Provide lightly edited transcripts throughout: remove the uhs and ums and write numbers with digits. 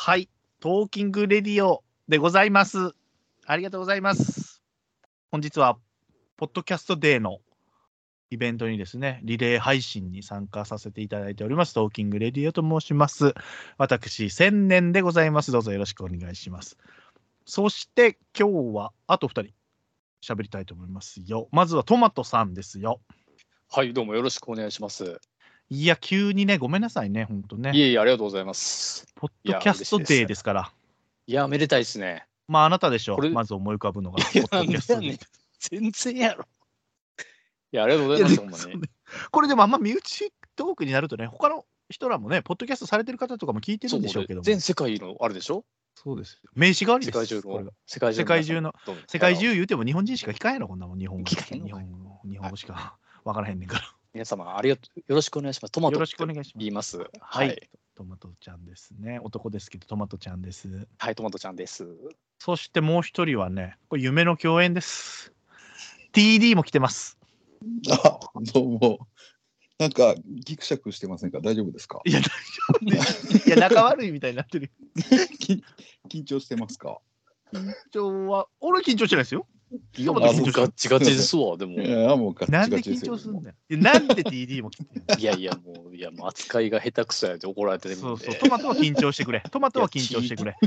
はい、トーキングレディオでございます。ありがとうございます。本日はポッドキャストデーのイベントにですね、リレー配信に参加させていただいております。トーキングレディオと申します。私、千年でございます。どうぞよろしくお願いします。そして今日はあと2人喋りたいと思いますよ。まずはトマトさんですよ。 はい、どうもよろしくお願いします。 いや、急にね、ごめんなさいね、本当ね。 いえいえ、ありがとうございます。 ポッドキャストデーですから。 いや、めでたいですね。 まあ、あなたでしょこれう。まず思い浮かぶのが。 いや、なんでやねん。全然やろ。いや、ありがとうございます、ほんまに。 これでもあんま身内トークになるとね、他の人らもね、ポッドキャストされてる方とかも聞いてるんでしょうけども。 全世界のあるでしょ。 そうです。名刺代わりです。 世界中の。 世界中の。世界中言うても日本人しか聞かへんの、こんなもん。日本語しか分からへんねんから。 皆様、よろしくお願いします。トマトよろしくお願いします。 言います。 はい。トマトちゃんですね。男ですけど、トマトちゃんです。 はい、トマトちゃんです。 そしてもう一人はね、これ夢の共演です。TD も来てます。 あ、どうも。なんかギクシャクしてませんか？大丈夫ですか？ いや、大丈夫です。いや、仲悪いみたいになってる。 緊張してますか？ 緊張は、俺緊張してないですよ。 いや、もうガッチガチですわ、でも。 いや、もうガッチなんでガチですよ。 緊張するんだよ。なんで TD も来てるの？ いや、もう扱いが下手くそやって怒られてるんで。 そう、トマトは緊張してくれ。トマトは緊張してくれ。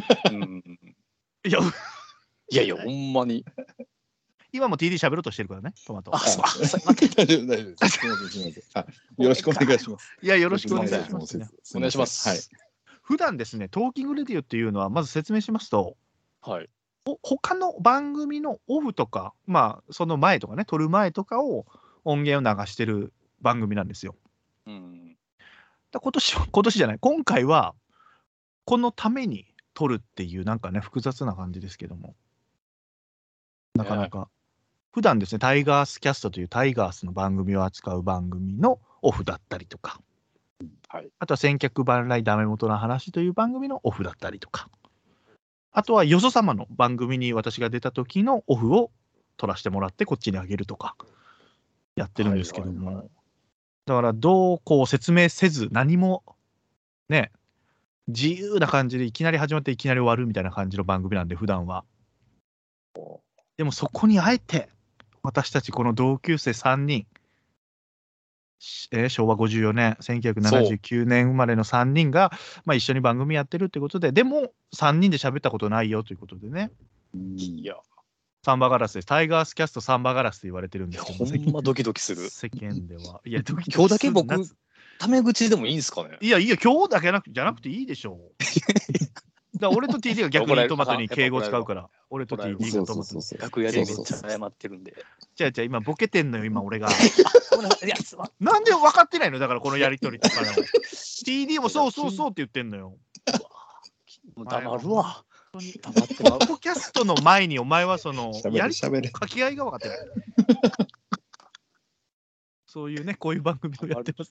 いや、ほんまに。 今も TD 喋ろうとしてるからね、トマト。 大丈夫です。すみません、すみません。よろしくお願いします。 いや、よろしくお願いします。 お願いします。 はい。普段ですね、トーキングレディオっていうのは、まず説明しますと、 はい。 他の番組のオフとか、まあ、その前とかね、撮る前とかを音源を流してる番組なんですよ。今年じゃない、今回は、このために撮るっていう、なんかね、複雑な感じですけども、なかなか、普段ですね、タイガースキャストというタイガースの番組を扱う番組のオフだったりとか、あとは千客万来ダメ元の話という番組のオフだったりとか、あとはよそ様の番組に私が出た時のオフを取らせてもらってこっちにあげるとかやってるんですけども、だからどうこう説明せず何もね、自由な感じでいきなり始まっていきなり終わるみたいな感じの番組なんで普段は。でもそこにあえて私たちこの同級生3人、昭和54年、1979年生まれの3人が、まあ、一緒に番組やってるってことで、でも3人で喋ったことないよということでね。 いや。 サンバガラスです。タイガースキャストサンバガラスと言われてるんですけど、 ほんまドキドキする。 世間では。いや、 今日だけ僕、タメ口でもいいんですかね？ いや、今日だけじゃなくていいでしょう。だ俺と TD が逆にトマトに敬語使うから、俺と TD がトマトに。 楽屋でめっちゃ謝ってるんで。 じゃあ今ボケてんのよ、今俺が。なんで分かってないの？だからこのやりとりとかの。TD もそうって言ってんのよ。 黙るわ。 ポッドキャストの前にお前はそのやり書き合いが分かってない。そういうね、こういう番組をやってます。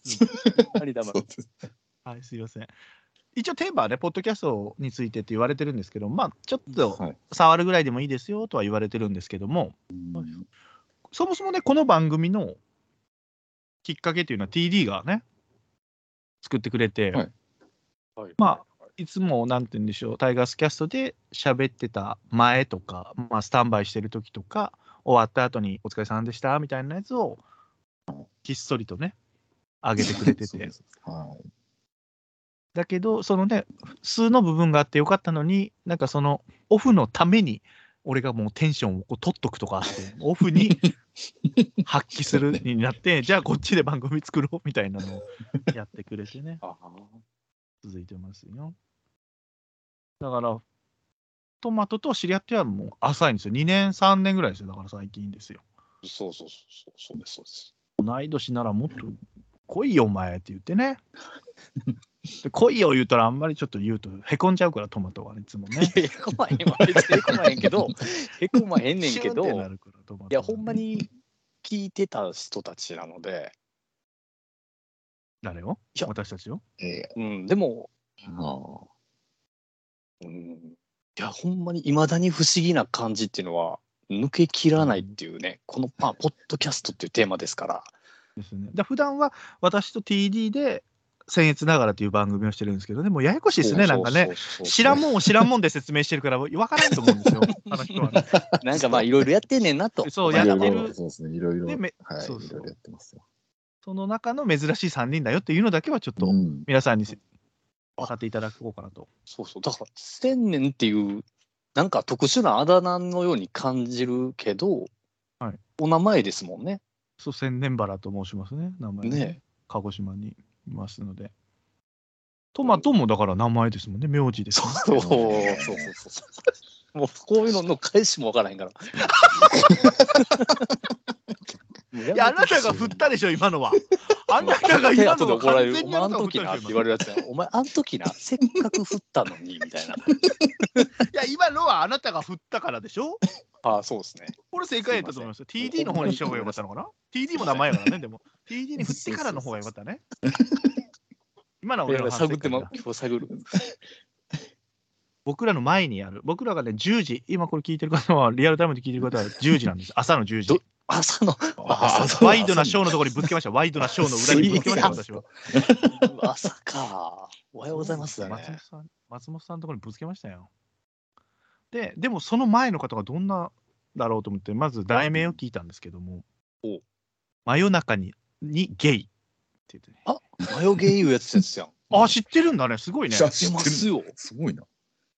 はい、すいません。一応テーマはね、ポッドキャストについてって言われてるんですけど、まあ、ちょっと触るぐらいでもいいですよとは言われてるんですけども、そもそもね、この番組のきっかけというのは TD がね、作ってくれて、まあ、いつもなんて言うんでしょう、タイガースキャストで喋ってた前とか、まあ、スタンバイしてる時とか、終わった後にお疲れさんでしたみたいなやつをひっそりとね、上げてくれてて。だけど、そのね、数の部分があってよかったのに、なんかそのオフのために、俺がもうテンションをこう取っとくとかあって、オフに発揮するになって、じゃあこっちで番組作ろうみたいなのをやってくれてね、続いてますよ。だから、トマトと知り合ってはもう浅いんですよ。2年、3年ぐらいですよ。だから最近ですよ。 そうです。 同い年ならもっと来いよお前って言ってね。来いよ言うたらあんまりちょっと言うとへこんじゃうからトマトはいつもね。 へこまへんけど、いやほんまに聞いてた人たちなので。 誰を？私たちを？ でも、いやほんまにいまだに不思議な感じっていうのは抜けきらないっていうね、このポッドキャストっていうテーマですから。 ですね。普段は私と TD で僭越ながらという番組をしてるんですけどね、もうややこしいですね、なんかね。知らんもんを知らんもんで説明してるから分からんと思うんですよ、あの人はね。 なんかまあいろいろやってんねんなと。 そう、やってる。 そうですね、いろいろ。 ではい、 そうそういろいろやってますよ。 その中の珍しい3人だよっていうのだけはちょっと皆さんに分かっていただこうかなと。 そうそう。だから、千年っていう、なんか特殊なあだ名のように感じるけど、 はい、 お名前ですもんね。 そう、千年原と申しますね、名前ね。 ね、 鹿児島にいますので。トマトもだから名前ですもんね、名字です、ね。 そうそうそうそう。もうこういうのの返しもわからへんから。 いや、あなたが振ったでしょ、今のは。あなたが今のは怒られる。 完全にお前あの時なって言われるやつや。お前あの時な、せっかく振ったのに、みたいな。いや、今のはあなたが振ったからでしょ。 ああ、そうですね。 これ正解やったと思いますよ。TD の方にした方がよかったのかな。TD も名前やからね、でも。TD に振ってからの方がよかったね。今のは俺の探っても、今日探る。 僕らの前にある。僕らがね、10時、今これ聞いてる方は、リアルタイムで聞いてる方は10時なんです。朝の10時。 朝の、 ワイドなショーのところにぶつけました。ワイドなショーの裏にぶつけました、私は。 朝か。おはようございますね。 松本さんのところにぶつけましたよ。でもその前の方がどんなだろうと思って、まず題名を聞いたんですけども、真夜中にゲイって言ってね。 あ、真夜ゲイいうやつですやん。 あ、知ってるんだね、すごいね。 知ってますよ。 すごいな。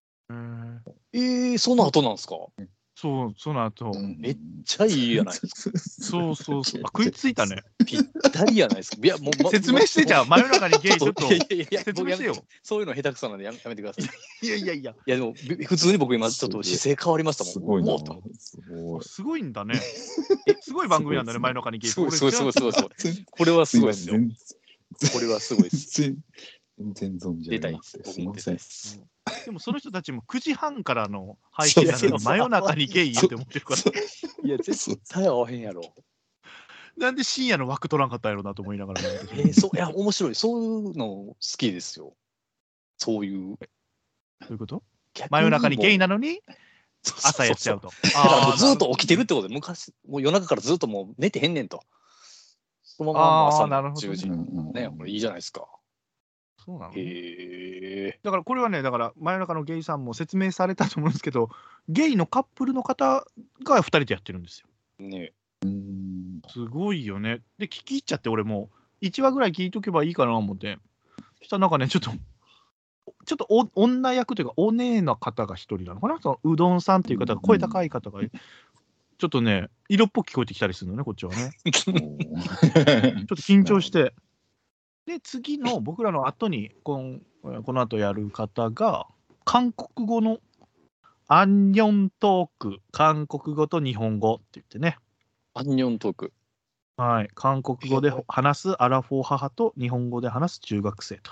その後なんですか。 そう、その後。 めっちゃいいやないですか。 そう。食いついたね。 ぴったりやないですか。いや、もう、 説明してじゃあ、真夜中にゲイちょっと説明してよ。 そういうの下手くそなんでやめてください。 いや。 いや、でも、普通に僕今ちょっと姿勢変わりましたもん。 すごいな。 すごいんだね。すごい番組なんだね、真夜中にゲイ。 すごい。これはすごいですよ。これはすごいです。 全然存じ上げなくてすみません。 でもその人たちも9時半からの配信なのに真夜中にゲイって思ってるから。 いや、絶対合わへんやろ。 なんで深夜の枠取らんかったんやろうなと思いながら。 そう、いや、面白い。そういうの好きですよ。そういう。 どういうこと？真夜中にゲイなのに朝やっちゃうと。 だからもうずっと起きてるってことで、昔、もう夜中からずっともう寝てへんねんと。そのまま朝の10時ね、これいいじゃないですか。 そうなの？だからこれはね、だから真夜中のゲイさんも説明されたと思うんですけど、ゲイのカップルの方が2人でやってるんですよ。ね。すごいよね。で、聞き入っちゃって、俺も1話ぐらい聞いとけばいいかなと思って。そしたらなんかね、ちょっと女役というか、お姉な方が1人なのかな。そのうどんさんっていう方が、声高い方が、ちょっとね、色っぽく聞こえてきたりするのね、こっちはね。ちょっと緊張して。で、次の僕らの後にこの後やる方が、韓国語のアンニョントーク、韓国語と日本語って言ってね。 アンニョントーク。 はい。韓国語で話すアラフォー母と日本語で話す中学生と。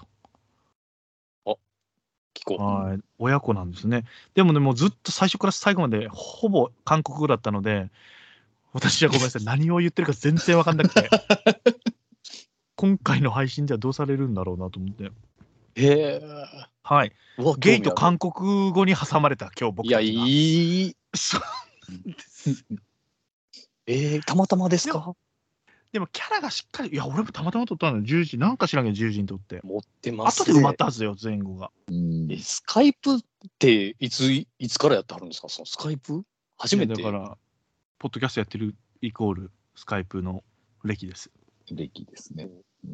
聞こう。 はい。親子なんですね。でもね、もうずっと最初から最後までほぼ韓国語だったので、私はごめんなさい。何を言ってるか全然わかんなくて。今回の配信ではどうされるんだろうなと思って。はい。ゲイと韓国語に挟まれた今日僕たちが。いや、いい。 たまたまですか？ でもキャラがしっかり、いや、俺もたまたま撮ったのよ、10時。なんか知らんけど、10時に撮って。 持ってますね。後で埋まったはずよ、前後が。 スカイプっていつからやってはるんですか？そのスカイプ初めて。 だから、ポッドキャストやってるイコール、スカイプの歴です。 歴ですね。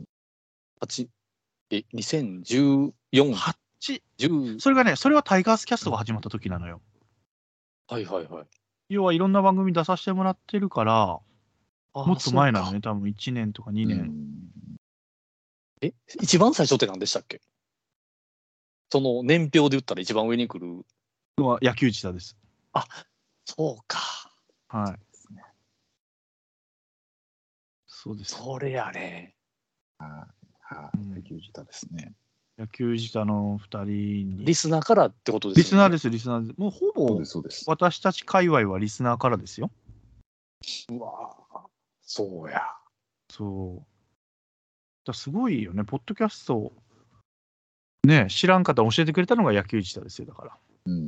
2014。 8。それがね、それはタイガースキャストが始まった時なのよ。 はい。 要はいろんな番組出させてもらってるから、もっと前なのね、多分1年とか2年。 一番最初って何でしたっけ？その年表で言ったら一番上に来るのは野球自体です。 あ、そうか。 はい。そうです。 それやね。 野球自体ですね。 野球自体の2人に。 リスナーからってことですね。 リスナーです、リスナーです。もうほぼ私たち界隈はリスナーからですよ。 うわそうや。 そう。だすごいよね、ポッドキャストね、知らん方教えてくれたのが野球自体ですよ、だから。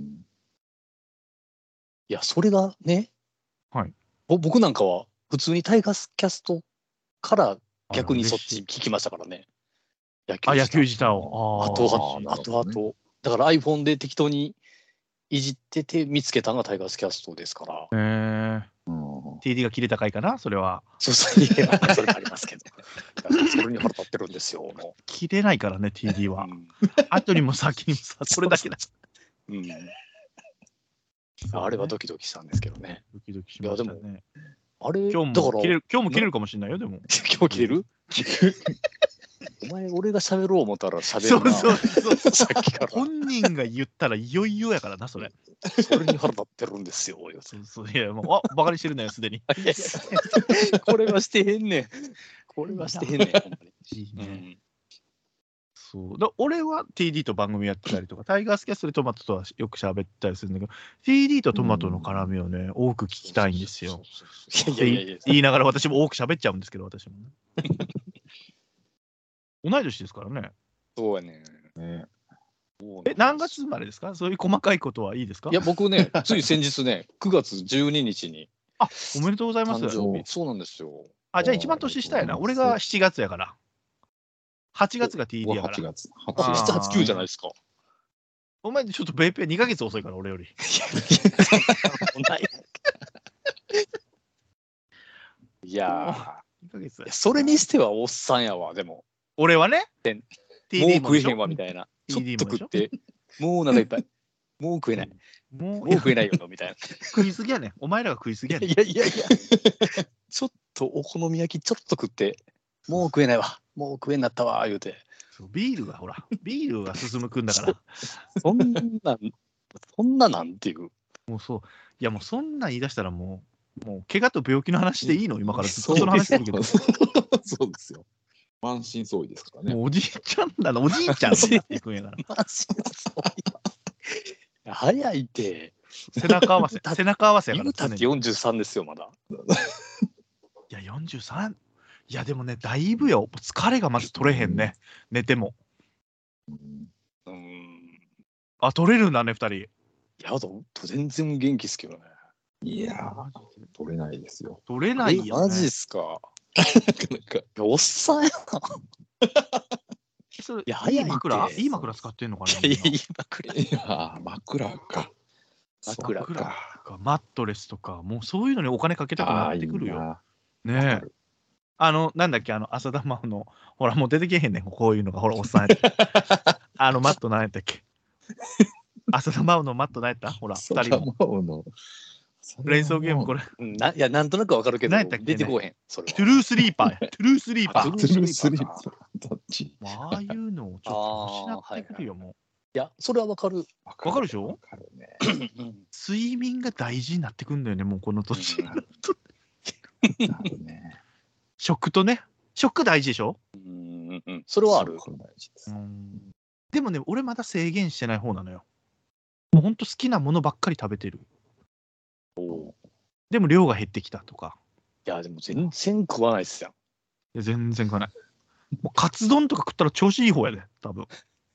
いや、それがね、 はい。 僕なんかは普通にタイガースキャストから逆にそっち聞きましたからね。 野球自体を。 後。だから iPhone で適当にいじってて見つけたのがタイガースキャストですから。 TD が切れたかいかな、それは。 そう、それありますけど。それに腹立ってるんですよ。もう切れないからね、TD は。後にも先にもさ、それだけだ。 あれはドキドキしたんですけどね。 ドキドキしましたね。 あれ、 今日も切れるかもしれないよ、でも。 今日切れるお前、俺が喋ろう思ったら喋るな。 そうさっきから。 本人が言ったらいよいよやからな、それ。 それに腹立ってるんですよ。 いや、もう、バカにしてるね、すでに。 これはしてへんねん。これはしてへんねん、ほんまに。 そうだ俺は TD と番組やってたりとか、タイガースキャストでトマトとはよく喋ったりするんだけど、TD とトマトの絡みをね、多く聞きたいんですよ。言いながら私も多く喋っちゃうんですけど、私もね。同い年ですからね。 そうやね。 何月生まれですか？そういう細かいことはいいですか？ いや、僕ね、つい先日ね、9月12日に。 おめでとうございます。 そうなんですよ。 じゃあ一番年下やな。俺が7月やから。8月が TD やから。 8月。 7、8、9じゃないですか。 お前ちょっとベイペイ2ヶ月遅いから、俺より。 いやそれにしてはおっさんやわ、でも。 俺はね。 もう食えへんわみたいな。ちょっと食って、もうお腹いっぱい。もう食えない。もう食えないよ、みたいな。 食いすぎやねん。お前らが食いすぎやねん。 いや。ちょっとお好み焼きちょっと食って、もう食えないわ。もう食えんなったわ、言うて。 ビールがほら、ビールが進むくんだから。 そんななんていう。 もうそう。いやもうそんなん言い出したらもう怪我と病気の話でいいの？今からずっとその話してるけど。 そうですよ。満身創痍ですからね。 もうおじいちゃんなの、おじいちゃんになっていくんやから。 満身創痍。早いって。 背中合わせやから。 言うたって43ですよ、まだ。 いや、43。いや、でもね、だいぶよ。疲れがまず取れへんね。寝ても。取れるんだね、2人。 いや、全然元気っすけどね。 いや取れないですよ。 取れないよ、ね。 マジっすか。おっさんやな。 いや、いい枕使ってんのかな。 いい枕か。 枕か。 マットレスとか、もうそういうのにお金かけたくなってくるよ。ねえ。なんだっけ、浅田真央の、ほら、もう出てけへんねん、こういうのが、ほら、おっさんやった。マット何やったっけ。浅田真央のマット何やったほら、2人も。連想ゲーム、これ。 いや、なんとなくわかるけど、出てこへん。 トゥルースリーパーや。トゥルースリーパー。 トゥルースリーパー。どっち？ ああいうのをちょっと失ってくるよ、もう。 いや、それはわかる。 わかるでしょ？わかるね。睡眠が大事になってくんだよね、もうこの年になると。食とね、食大事でしょ？ それはある。 でもね、俺まだ制限してない方なのよ。もうほんと好きなものばっかり食べてる。でも量が減ってきたとか。 いや、でも全然食わないっすよ。 いや、全然食わない。もうカツ丼とか食ったら調子いい方やで、多分。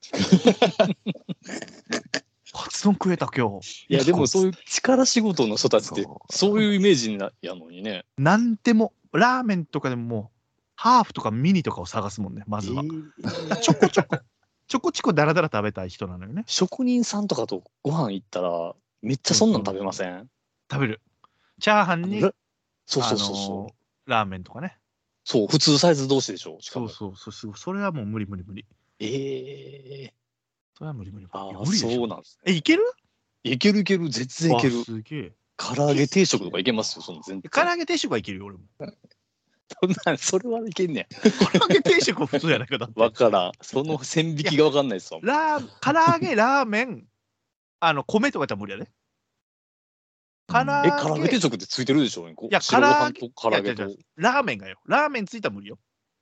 カツ丼食えた今日。 いや、でもそういう力仕事の人たちって、そういうイメージやのにね。 なんでも、ラーメンとかでももう、ハーフとかミニとかを探すもんね、まずは。ちょこちょこだらだら食べたい人なのよね。 職人さんとかとご飯行ったら、めっちゃそんなん食べません？ 食べる。チャーハンに、 そう。 ラーメンとかね。 そう、普通サイズ同士でしょ。 そう。それはもう無理。それは無理。 そうなんですね。いける？ いける。全然いける。 すげえ。 唐揚げ定食とかいけますよ、その全然。 唐揚げ定食はいけるよ、俺も。 それはいけんねん。 唐揚げ定食は普通やないかだって。 わからん。その線引きがわかんないっすわ。 唐揚げ、ラーメン、米とかやったら無理やで。 唐揚げ定食ってついてるでしょ？いや、唐揚げとラーメンがよ。ラーメンついたら無理よ。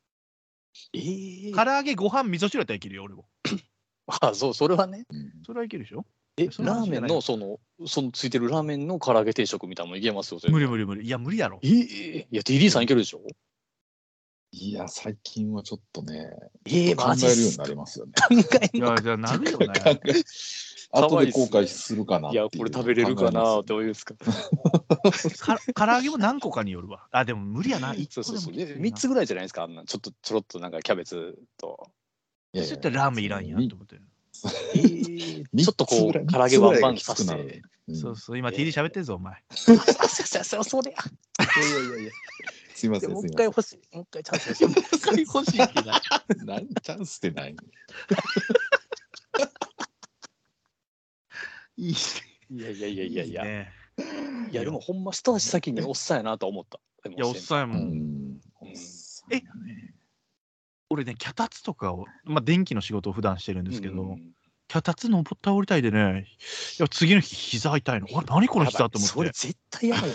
唐揚げ、ご飯、味噌汁やったらいけるよ、俺も。 それはね。 それはいけるでしょ？ ラーメンのそのついてるラーメンの唐揚げ定食みたいなのもいけますよ。 無理。いや、無理やろ。 いや、TD さんいけるでしょ？ いや、最近はちょっとね、 考えるようになりますよね。 いや、じゃあなるよね。 後で後悔するかな。 いや、これ食べれるかなって思いますか。 唐揚げも何個かによるわ。でも無理やな。 3つぐらいじゃないですか。ちょろっとなんかキャベツとそうやったらラーメンいらんやんと思って。 ちょっとこう唐揚げワンバンさせて。 そうそう、今 TD 喋ってるぞお前。 それや。 いやすいません。 もう一回欲しい。もう一回チャンス欲しい。もう一回欲しいって何チャンスってない。 いいいや。いやでもほんま一足先におっさんやなと思った。 いやおっさんやもん。俺ね脚立とかを電気の仕事を普段してるんですけど、脚立登った降りたいでね、いや次の日膝痛いの。あれ何この膝と思って。 それ絶対やばいって。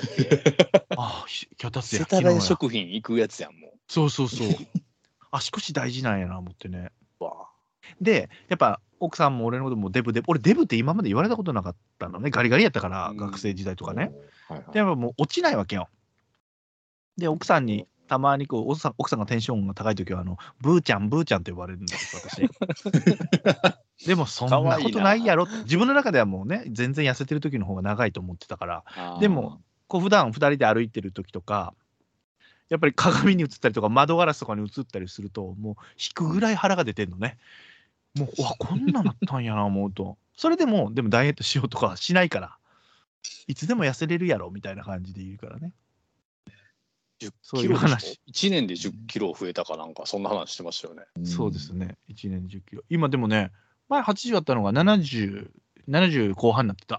あ脚立世田谷食品行くやつやんもう。 そう。足腰大事なんやな思ってね。でやっぱ奥さんも俺のこともデブ俺デブって今まで言われたことなかったのね。ガリガリやったから学生時代とかね。でやっぱもう落ちないわけよ。で奥さんにたまにこう奥さんがテンションが高い時はブーちゃんって呼ばれるんです私。でもそんなことないやろって自分の中ではもうね全然痩せてる時の方が長いと思ってたから。でもこう普段2人で歩いてる時とかやっぱり鏡に映ったりとか窓ガラスとかに映ったりするともう引くぐらい腹が出てんのね。もうこんななったんやな思うとそれでもダイエットしようとかはしないからいつでも痩せれるやろみたいな感じで言うからね。 そういう話。1年で10キロ増えたかなんかそんな話してましたよね。 そうですね。1年10キロ。今でもね前80あったのが70後半になってた。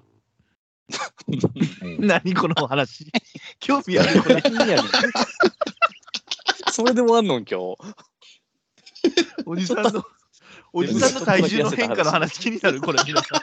何この話。興味あるこれ。 それでもあんのん今日。 おじさんの体重の変化の話気になるこれ皆さん。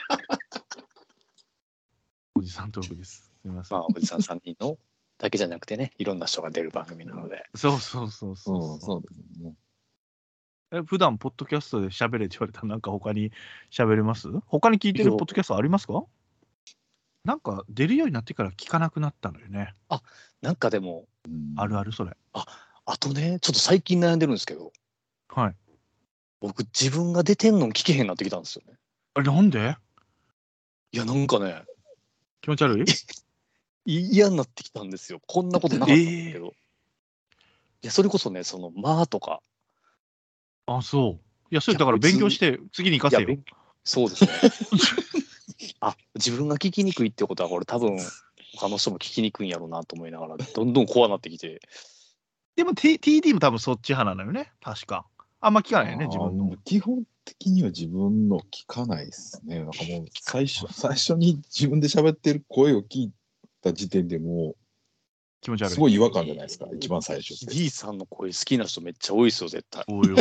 おじさんトークです。すみません。 おじさん3人のだけじゃなくてねいろんな人が出る番組なので。 そうですね。 普段ポッドキャストで喋れって言われたらなんか他に喋れます？他に聞いてるポッドキャストありますか？なんか出るようになってから聞かなくなったのよね。 なんかでもあるあるそれ。 あとねちょっと最近悩んでるんですけど。 はい。 僕自分が出てんの聞けへんなってきたんですよね。 あれなんで？ いやなんかね気持ち悪い？ 嫌になってきたんですよ。こんなことなかったんだけど。いやそれこそねとか。 あそう。いやそれだから勉強して次に生かせよ。 そうですね。自分が聞きにくいってことはこれ多分他の人も聞きにくいんやろうなと思いながらどんどん怖なってきて。 でも、TD も多分そっち派なのよね確か。あんま聞かないよね自分の。 基本的には自分の聞かないですね。なんかもう最初に自分で喋ってる声を聞いた時点でもう気持ち悪い。 すごい違和感じゃないですか一番最初。 じいさんの声好きな人めっちゃ多いですよ絶対。 おい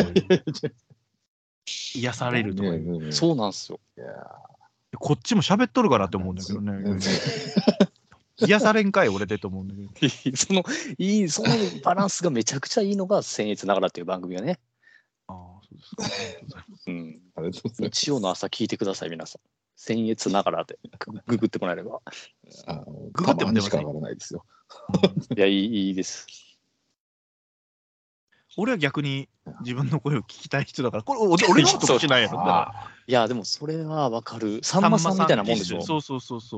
癒されるとかいう。 そうなんですよ。 いやこっちも喋っとるからって思うんだけどね。癒されんかい俺でと思うんだけど。 そのバランスがめちゃくちゃいいのが僭越ながらっていう番組がね。 そうですか。 日曜の朝聞いてください皆さん。僭越ながらでググってもらえれば。 ググってもしか上がらないですよ。 いやいいです。 俺は逆に自分の声を聞きたい人だからこれ俺の特殊なんやろ。 いやでもそれはわかる。さんまさんみたいなもんでしょ。 そう。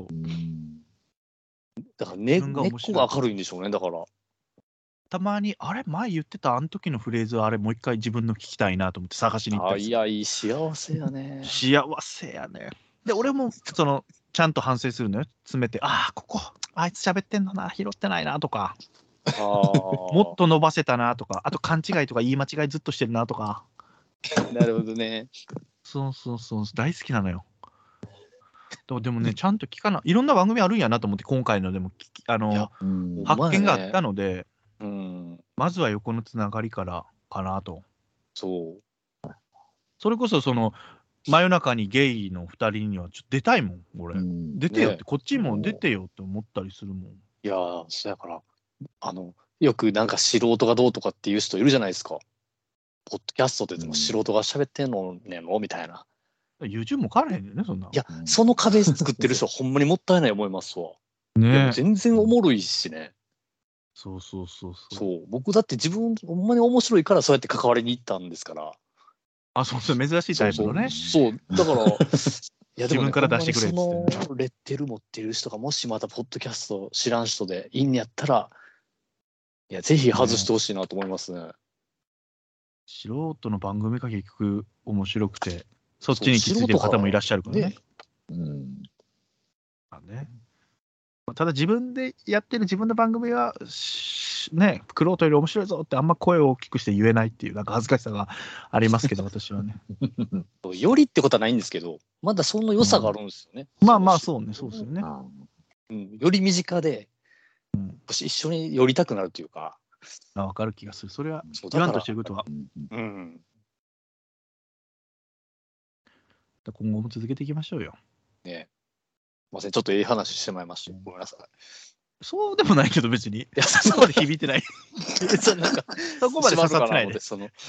だから根っこが明るいんでしょうねだから。 たまにあれ前言ってたあの時のフレーズあれもう一回自分の聞きたいなと思って探しに行ったりする。 いい幸せやね。 幸せやね。で俺もちゃんと反省するのよ。詰めてここあいつ喋ってんのな拾ってないなとか。もっと伸ばせたなとかあと勘違いとか言い間違いずっとしてるなとか。 なるほどね。 そう大好きなのよ。でもねちゃんと聞かないいろんな番組あるんやなと思って今回のでも発見があったので、まずは横のつながりからかなと。それこそ真夜中にゲイの2人にはちょっと出たいもん俺。出てよってこっちも出てよって思ったりするもん。 いやそうやからよくなんか素人がどうとかっていう人いるじゃないですか。ポッドキャストでも素人が喋ってんのねみたいな。 YouTube も変わらへんよねそんな。 いやその壁作ってる人はほんまにもったいない思いますわ。ね全然おもろいしね。そう僕だって自分ほんまに面白いからそうやって関わりに行ったんですから。 そう珍しいタイプのね。 そうだからいやでも、 自分から出してくれっつってそのレッテル持ってる人がもしまたポッドキャスト知らん人でいいんやったらいやぜひ外してほしいなと思いますね。 素人の番組が結局面白くて、そっちに気づいてる方もいらっしゃるからね。ただ自分でやってる自分の番組はね、クロートより面白いぞってあんま声を大きくして言えないっていうなんか恥ずかしさがありますけど、私はね。 よりってことはないんですけど、まだその良さがあるんですよね。 まあまあそうね、そうですよね。 より身近で、一緒に寄りたくなるというか。 わかる気がする。それは言わんとしてることは。今後も続けていきましょうよ。 ね。すいません、ちょっといい話してまいりました。ごめんなさい。 そうでもないけど別に。いや、そこまで響いてない。そこまで刺さってないね。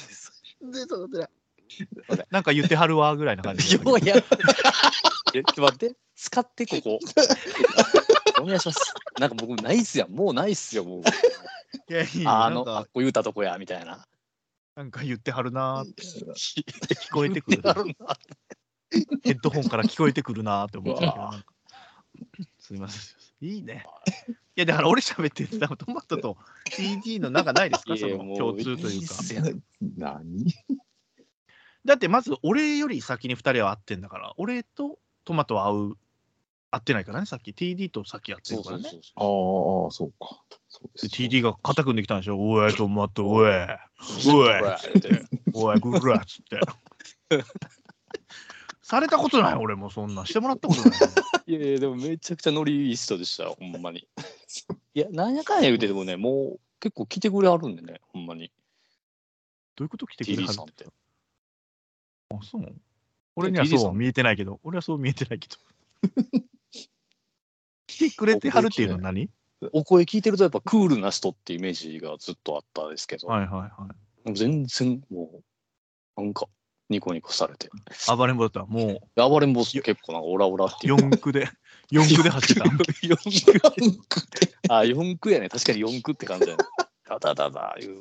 なんか言ってはるわぐらいな感じ。 ちょっと待って、使ってここ。お願いします。なんか僕ないっすやん。もうないっすよ、もう。あっこ言うたとこや、みたいな。 なんか言ってはるなーって聞こえてくる。ヘッドホンから聞こえてくるなーって思ってたけど。すみません。いいね。いや、だから俺喋ってるトマトと TD のなんかないですか、その共通というか。 何だってまず俺より先に2人は会ってんだから、俺とトマトは会ってないからね、さっき TD とさっき会ってるからね。 ああ、そうか。 TD が肩組んできたんでしょ。おい、トマト、おい、おい、おい、グラッつって。されたことない、俺もそんなしてもらったことない。 いやいや、でもめちゃくちゃノリいい人でしたよ、ほんまに。いや、なんやかんや言うてでもね、もう結構来てくれはるんでね、ほんまに。 どういうこと来てくれはる TD さんって。 あ、そう？俺にはそう見えてないけど、俺はそう見えてないけど。来てくれてはるっていうのは何？ お声聞いてるとやっぱクールな人ってイメージがずっとあったんですけど、 はいはいはい。 全然もう、なんか、ニコニコされて。 暴れん坊だった。もう。 暴れん坊結構なんかオラオラっていうか。4区で走ってた。 4区あ、4区やね。確かに4区って感じやね。ダダダダいう。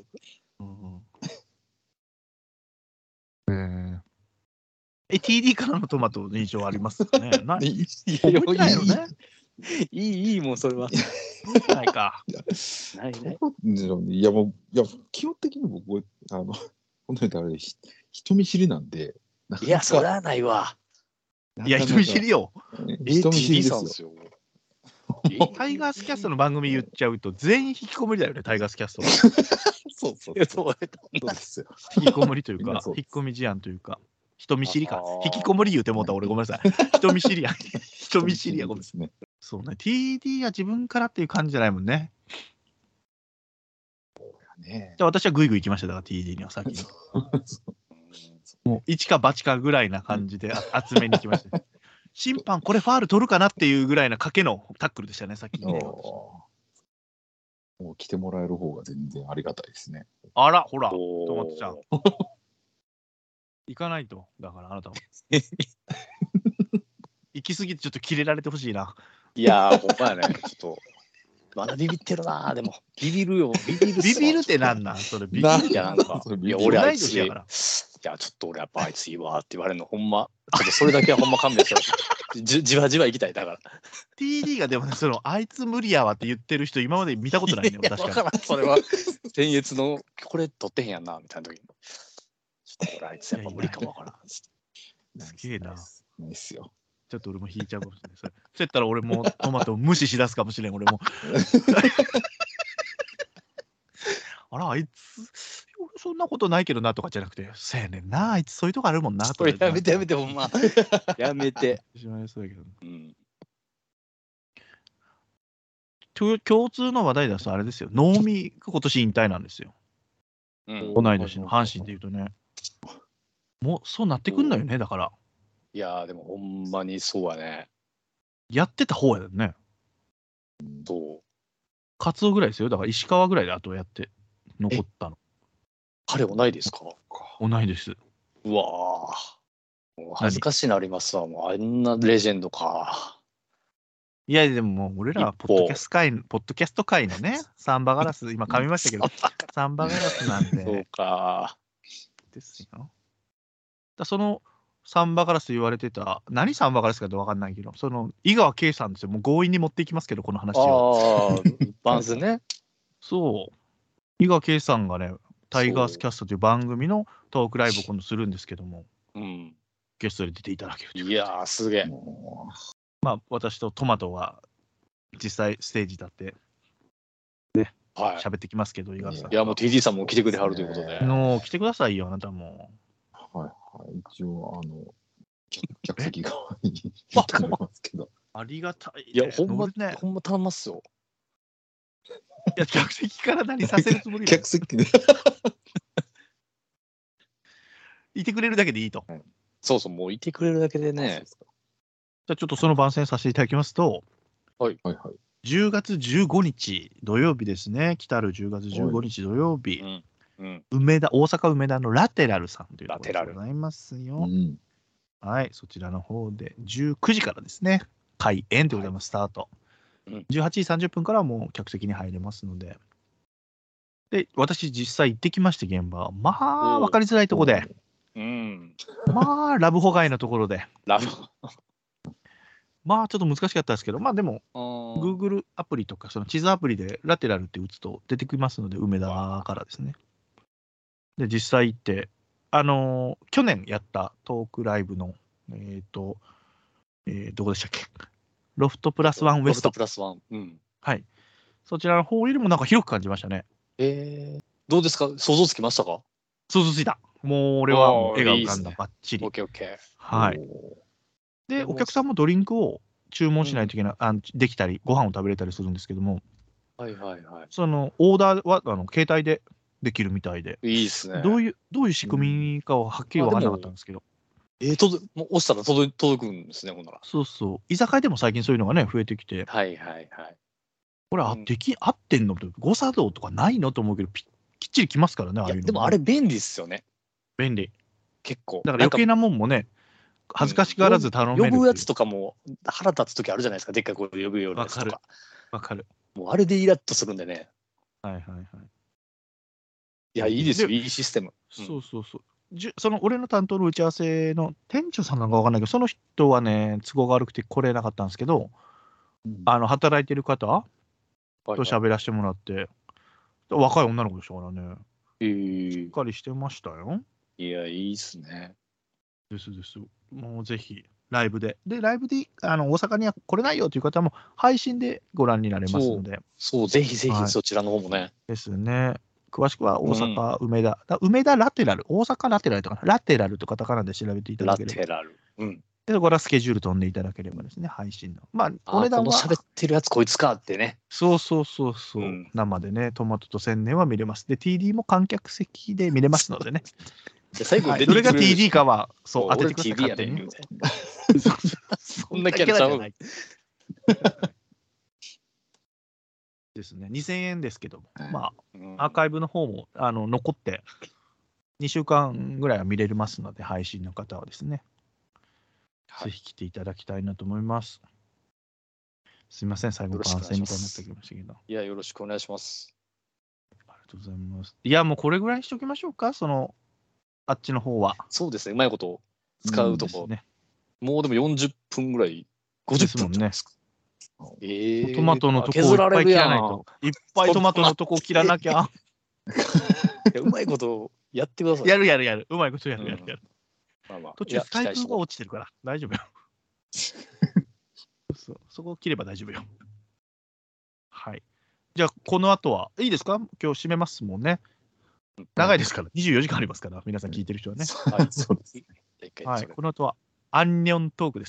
TD からのトマトの印象ありますかね。ないよね。いい、もうそれは。 ないか。 ないね。 いや、もう、基本的に僕は、本当にあれ、人見知りなんで。 いや、それはないわ。 いや、人見知りよ。 人見知りですよ。 タイガースキャストの番組言っちゃうと、全員引きこもりだよね、タイガースキャストは。 そうですよ。 引きこもりというか、引っ込み思案というか。人見知りか。引きこもり言うてもうた俺ごめんなさい。人見知りや。人見知りやごめんなさい。そうね。TD は自分からっていう感じじゃないもんね。 そうやね。 じゃあ私はグイグイ行きましただから TD には先に。もう一か八かぐらいな感じで集めに行きました。審判これファール取るかなっていうぐらいな賭けのタックルでしたね、先にね。 もう来てもらえる方が全然ありがたいですね。 あら、ほら、トマトちゃん。行かないと、だからあなたも。行き過ぎてちょっとキレられてほしいな。 いやー、ほんまやね。ちょっと、まだビビってるなー、でも。ビビるよ、ビビルってなんなんそれ、ビビるってなんか。 いや、俺あいつやから。いや、ちょっと俺やっぱあいついいわって言われるの、ほんま。ちょっとそれだけはほんま勘弁してほしい。じわじわ行きたい、だから。 TD がでもね、あいつ無理やわって言ってる人、今まで見たことないね、 確かに。それは、僭越の、これ取ってへんやんな、みたいな時に。ちょっと俺あいつやっぱ無理かもわからん。すげえな。 ないっすよ。 ちょっと俺も引いちゃうかもしれない。そうやったら俺もトマトを無視しだすかもしれん、俺も。あら、あいつ、そんなことないけどなとかじゃなくて、せやねんな、あいつそういうとこあるもんなと。 やめて、ほんま。やめて。 しまいそうやけど。共通の話題だとあれですよ。能見今年引退なんですよ。同い年の阪神でいうとね。もうそうなってくんのよね、だから。 いやー、でもほんまにそうやね。 やってた方やね。 そう。 カツオぐらいですよ。だから石川ぐらいであとやって残ったの。 彼同いですか？ 同いです。 うわー。もう恥ずかしいなりますわ。もうあんなレジェンドか。 いや、でももう俺らはポッドキャスト界のね、サンバガラス、今噛みましたけど、サンバガラスなんで。 そうか。 ですよ。そのサンバガラス言われてた、何サンバガラスかって分かんないけど、井川圭さんですよ。もう強引に持っていきますけど、この話は。ああ、バンスね。 そう。井川圭さんがね、タイガースキャストという番組のトークライブを今度するんですけども、 ゲストで出ていただけるという。 いやー、すげえ。 まあ、私とトマトは実際ステージ立って、ね、喋ってきますけど、井川さん。 いや、もう TD さんも来てくれはるということで。 来てくださいよ、あなたも。 はいはい。一応、客席側に行ってくれますけど。 ありがたい。 いや、ほんま頼みますよ。 いや、客席から何させるつもり客席で。 いてくれるだけでいいと。 そうそう、もういてくれるだけでね。 じゃあちょっとその番宣させていただきますと、 はいはいはい。 10月15日土曜日ですね、来たる10月15日土曜日、大阪梅田のラテラルさんというところでございますよ。はい、そちらの方で19時からですね、開演でございます、スタート。18時30分からはもう客席に入れますので。で、私実際行ってきまして、現場。まあ、分かりづらいとこで。まあ、ラブホ街のところで。まあ、ちょっと難しかったですけど、まあでも、Google アプリとか、その地図アプリでラテラルって打つと出てきますので、梅田からですね。で、実際行って、去年やったトークライブの、どこでしたっけ？ロフトプラスワンウエスト。 ロフトプラスワン。 はい。そちらの方よりもなんか広く感じましたね。 どうですか？想像つきましたか？ 想像ついた。もう俺はもう絵が浮かんだ、バッチリ。 オッケーオッケー。 はい。で、お客さんもドリンクを注文しないといけない、できたり、ご飯を食べれたりするんですけども、そのオーダーは携帯でできるみたいで、 いいですね。 どういう仕組みかははっきり分からなかったんですけど。 もう押したら届くんですね、ほんなら。 そうそう。居酒屋でも最近そういうのがね、増えてきて。これ、合ってんのと、誤作動とかないのと思うけど、きっちり来ますからね、ああいうの。 でもあれ便利っすよね。 便利。 結構。 だから余計なもんもね、恥ずかしがらず頼める。 呼ぶやつとかも腹立つ時あるじゃないですか、でっかい声で呼ぶようなやつとか。 わかる。 もうあれでイラッとするんでね。 はいはいはい。 いや、いいですよ、いいシステム。 そうそうそう。その俺の担当の打ち合わせの店長さんなのか分かんないけど、その人はね、都合が悪くて来れなかったんですけど、働いてる方と喋らせてもらって、若い女の子でしたからね。しっかりしてましたよ。 いや、いいっすね。 ですです。もうぜひ、ライブで。で、ライブで大阪には来れないよという方も、配信でご覧になれますので。 そう、ぜひぜひそちらの方もね。 ですね。詳しくは大阪、梅田。梅田ラテラル、大阪ラテラルとか、ラテラルとカタカナで調べていただければ。 ラテラル。 で、これはスケジュール飛んでいただければですね、配信の。まあ、お値段は。 この喋ってるやつこいつかってね。 そう。生でね、トマトと千年は見れます。で、TD も観客席で見れますのでね。 最後どれが TD かは、そう、当ててください。 TD やねん。そんなキャラちゃうの。 ですね。2000円ですけども、まあ、アーカイブの方も残って、2週間ぐらいは見れますので、配信の方はですね。ぜひ来ていただきたいなと思います。すみません、最後、番宣みたいになってきましたけど。 いや、よろしくお願いします。 ありがとうございます。いや、もうこれぐらいにしておきましょうか、あっちの方は。 そうですね、うまいこと使うとこ。もうでも40分ぐらい、50分ですもんね。トマトのとこをいっぱい切らないと。いっぱいトマトのとこを切らなきゃ。 うまいことやってください。 やる。うまいことやる。途中、スカイプが落ちてるから、大丈夫よ。そこを切れば大丈夫よ。はい。じゃあ、この後は、いいですか？今日締めますもんね。長いですから、24時間ありますから、皆さん聞いてる人はね。 はい、そうです。 はい、この後は、アンニョントークです。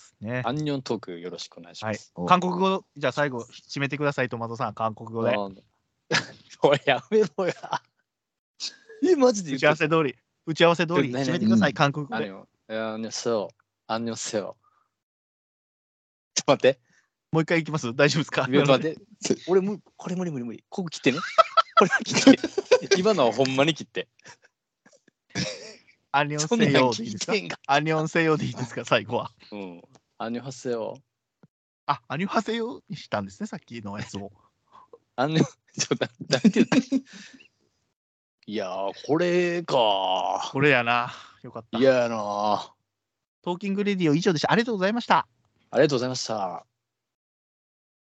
ね。 アンニョントークよろしくお願いします。 韓国語、じゃあ最後、締めてください、トマトさん、韓国語で。 おい、やめろや。マジで打ち合わせ通り、締めてください、韓国語で。 アンニョンセヨ。アンニョンセヨ。ちょっと待って。 もう一回いきます？大丈夫ですか？ 待って。俺、これ無理。ここ切ってね。これ切って。今のはほんまに切って。 アニョンセヨでいいですか？アニョンセヨでいいですか？最後は。 アニョハセヨ。 アニョハセヨにしたんですね、さっきのやつを。 アニョ、なんて言ったいやー、これか。 これやな。よかった。 いややな。 トーキングレディオ以上でした。ありがとうございました。 ありがとうございました。